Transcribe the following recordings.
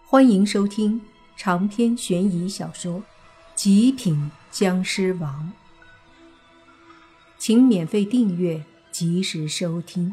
欢迎收听长篇悬疑小说《极品僵尸王》，请免费订阅，及时收听。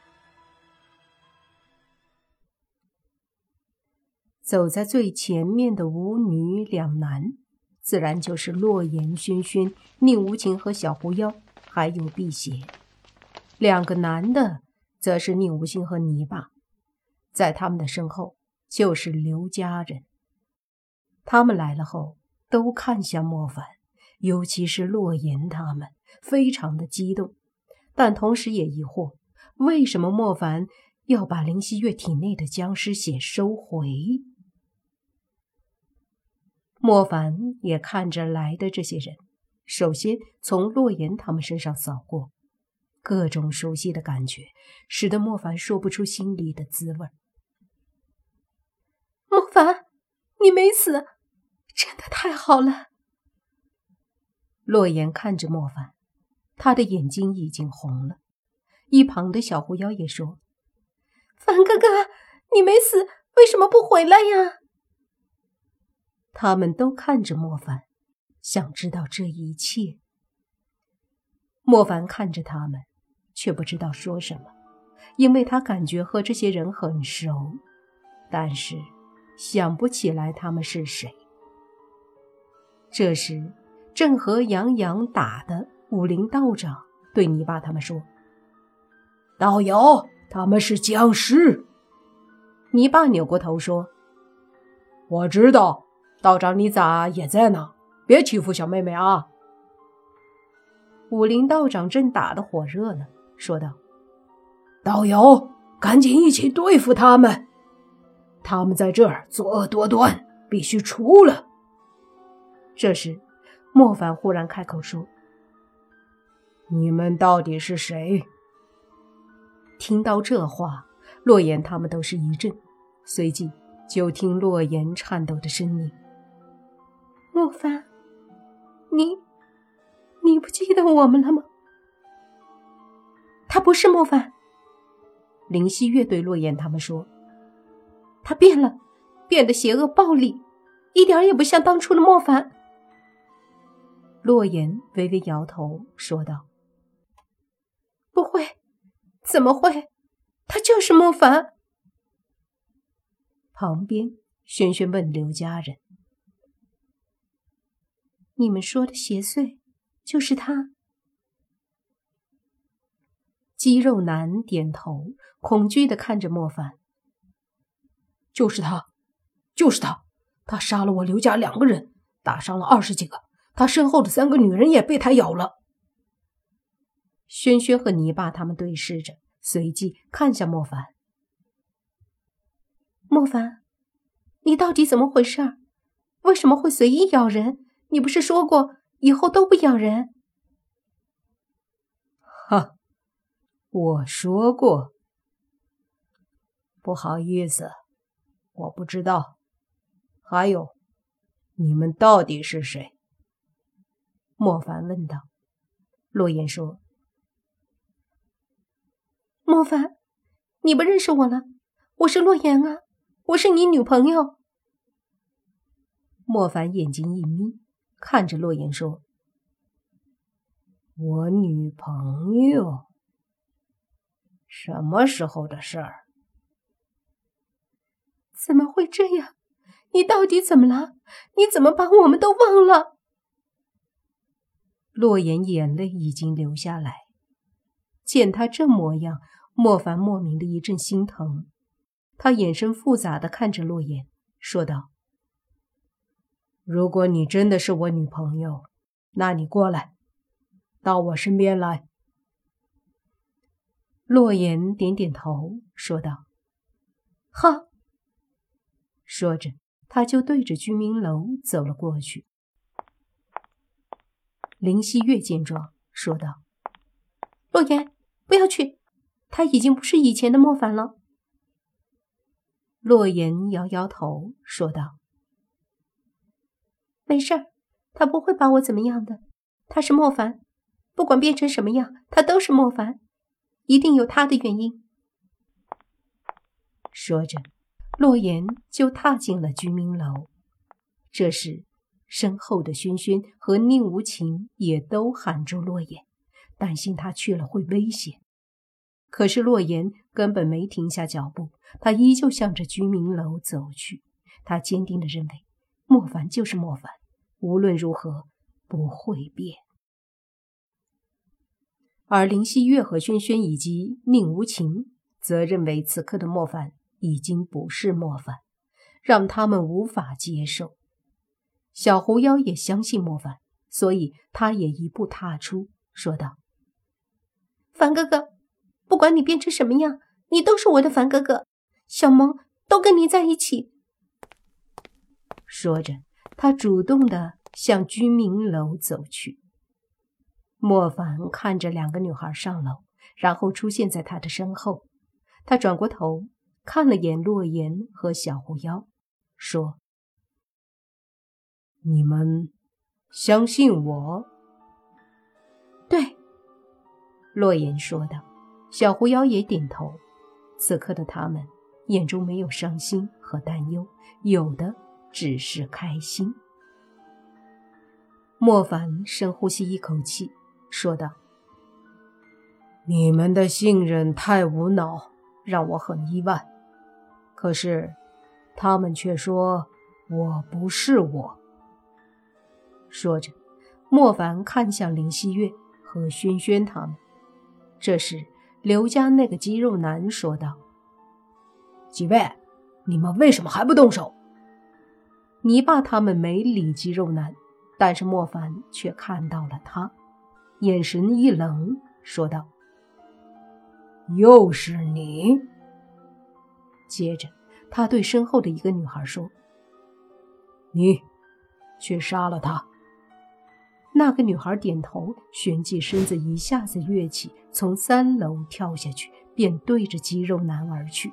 走在最前面的五女两男，自然就是洛言、轩轩、宁无情和小狐妖，还有辟邪。两个男的则是宁无心和泥巴，在他们的身后就是刘家人。他们来了后都看向莫凡，尤其是洛言他们非常的激动，但同时也疑惑，为什么莫凡要把林希月体内的僵尸血收回。莫凡也看着来的这些人，首先从洛言他们身上扫过，各种熟悉的感觉使得莫凡说不出心里的滋味。 莫凡，你没死，真的太好了。 洛言看着莫凡，他的眼睛已经红了。一旁的小狐妖也说： 凡哥哥，你没死，为什么不回来呀？ 他们都看着莫凡，想知道这一切。莫凡看着他们，却不知道说什么，因为他感觉和这些人很熟，但是想不起来他们是谁。这时正和杨洋打的武林道长对泥巴他们说： 道友，他们是僵尸。 泥巴扭过头说： 我知道，道长你咋也在呢？别欺负小妹妹啊。 武林道长正打得火热呢，说道： 道友，赶紧一起对付他们，他们在这儿作恶多端，必须除了。 这时莫凡忽然开口说： 你们到底是谁？ 听到这话，洛言他们都是一震，随即就听洛言颤抖的声音： 莫凡，你不记得我们了吗？他不是莫凡。 林希月对洛言他们说： 他变了，变得邪恶暴力，一点也不像当初的莫凡。 洛言微微摇头说道： 不会，怎么会？他就是莫凡。 旁边轩轩问刘家人： 你们说的邪祟就是他？ 肌肉男点头，恐惧地看着莫凡： 就是他，就是他，他杀了我刘家2个人，打伤了20几个，他身后的3个女人也被他咬了。 轩轩和泥巴他们对视着，随即看向莫凡： 莫凡，你到底怎么回事？为什么会随意咬人？你不是说过以后都不咬人？ 哈，我说过。不好意思，我不知道。还有，你们到底是谁？ 莫凡问道。洛言说： 莫凡，你不认识我了？我是洛言啊，我是你女朋友。 莫凡眼睛一眯，看着洛言说： 我女朋友？什么时候的事儿？ 怎么会这样？你到底怎么了？你怎么把我们都忘了？ 洛言眼泪已经流下来，见他这模样，莫凡莫名的一阵心疼。他眼神复杂的看着洛言，说道： 如果你真的是我女朋友，那你过来，到我身边来。 洛言点点头，说道： 好。 说着，他就对着居民楼走了过去。林希月见状，说道： 洛言，不要去，他已经不是以前的莫凡了。 洛言摇摇头，说道： 没事儿，他不会把我怎么样的。他是莫凡，不管变成什么样，他都是莫凡，一定有他的原因。 说着， 洛言就踏进了居民楼。这时，身后的轩轩和宁无情也都喊住洛言，担心他去了会危险。可是洛言根本没停下脚步，他依旧向着居民楼走去。他坚定地认为，莫凡就是莫凡，无论如何不会变。而林希月和轩轩以及宁无情则认为此刻的莫凡已经不是莫凡，让他们无法接受。小狐妖也相信莫凡，所以他也一步踏出，说道：凡哥哥，不管你变成什么样，你都是我的凡哥哥，小萌都跟你在一起。说着，他主动地向居民楼走去。莫凡看着两个女孩上楼，然后出现在他的身后。他转过头看了眼洛言和小狐妖，说：你们相信我？对，洛言说道。小狐妖也点头。此刻的他们眼中没有伤心和担忧，有的只是开心。莫凡深呼吸一口气，说道：你们的信任太无脑，让我很意外。可是他们却说我不是我。说着，莫凡看向林希月和轩轩他们。这时刘家那个肌肉男说道：几位，你们为什么还不动手？泥巴他们没理肌肉男，但是莫凡却看到了他，眼神一冷，说道：又是你。接着他对身后的一个女孩说：你去杀了他。那个女孩点头，旋即身子一下子跃起，从3楼跳下去，便对着肌肉男而去。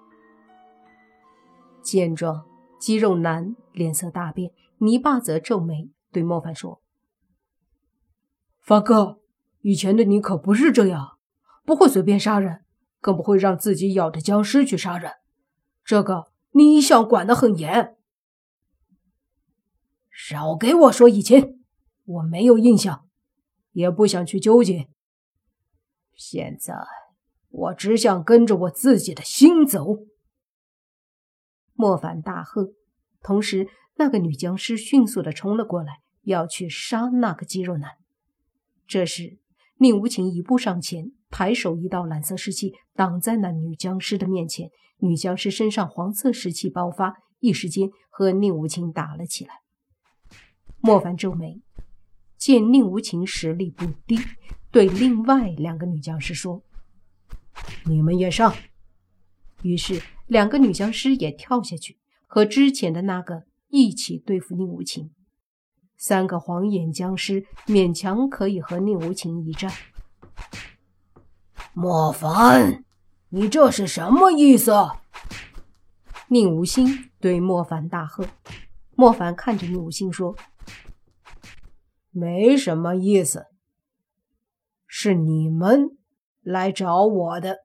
见状，肌肉男脸色大变，泥巴则皱眉对莫凡说：凡哥，以前的你可不是这样，不会随便杀人，更不会让自己咬着僵尸去杀人，这个你一向管得很严。少给我说以前，我没有印象，也不想去纠结。现在我只想跟着我自己的心走。莫凡大喝，同时那个女僵尸迅速地冲了过来，要去杀那个肌肉男。这时宁无情一步上前，抬手一道蓝色湿气挡在那女僵尸的面前，女僵尸身上黄色湿气爆发，一时间和宁无情打了起来。莫凡皱眉，见宁无情实力不低，对另外2个女僵尸说：你们也上。于是2个女僵尸也跳下去，和之前的那个一起对付宁无情。3个黄眼僵尸勉强可以和宁无情一战。莫凡，你这是什么意思？宁无心对莫凡大喝。莫凡看着宁无心说：没什么意思，是你们来找我的。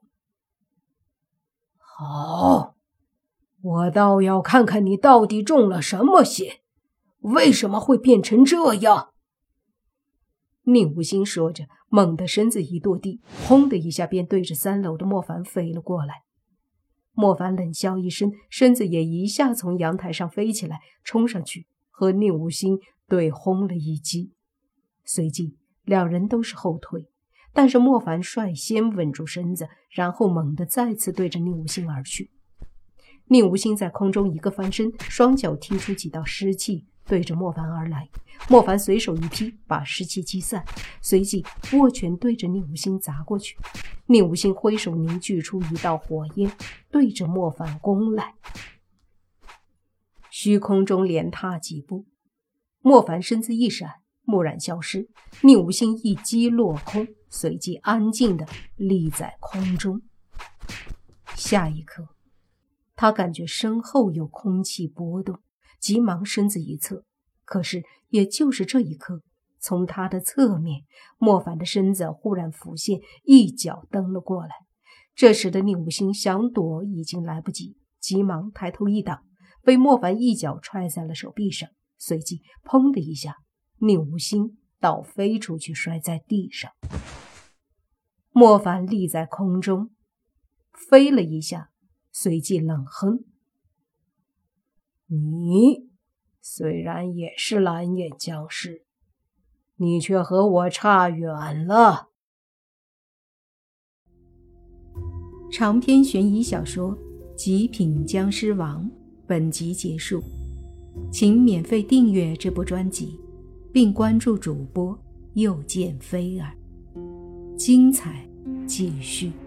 好，我倒要看看你到底中了什么邪，为什么会变成这样？宁无心说着，猛地身子一跺地，轰的一下便对着3楼的莫凡飞了过来。莫凡冷笑一声，身子也一下从阳台上飞起来，冲上去和宁无心对轰了一击。随即2人都是后退，但是莫凡率先稳住身子，然后猛地再次对着宁无心而去。宁无心在空中一个翻身，双脚踢出几道湿气，对着莫凡而来。莫凡随手一劈，把湿气击散，随即握拳对着宁无心砸过去。宁无心挥手凝聚出一道火焰，对着莫凡攻来。虚空中连踏几步，莫凡身子一闪，蓦然消失。宁无心一击落空，随即安静地立在空中。下一刻，他感觉身后有空气波动，急忙身子一侧。可是也就是这一刻，从他的侧面，莫凡的身子忽然浮现，一脚蹬了过来。这时的宁无心想躲已经来不及， 急忙抬头一挡，被莫凡一脚踹在了手臂上，随即砰的一下，宁无心倒飞出去，摔在地上。莫凡立在空中，飞了一下，随即冷哼：“你虽然也是蓝眼僵尸，你却和我差远了。” 长篇悬疑小说《极品僵尸王》本集结束，请免费订阅这部专辑，并关注主播又见菲儿，精彩继续。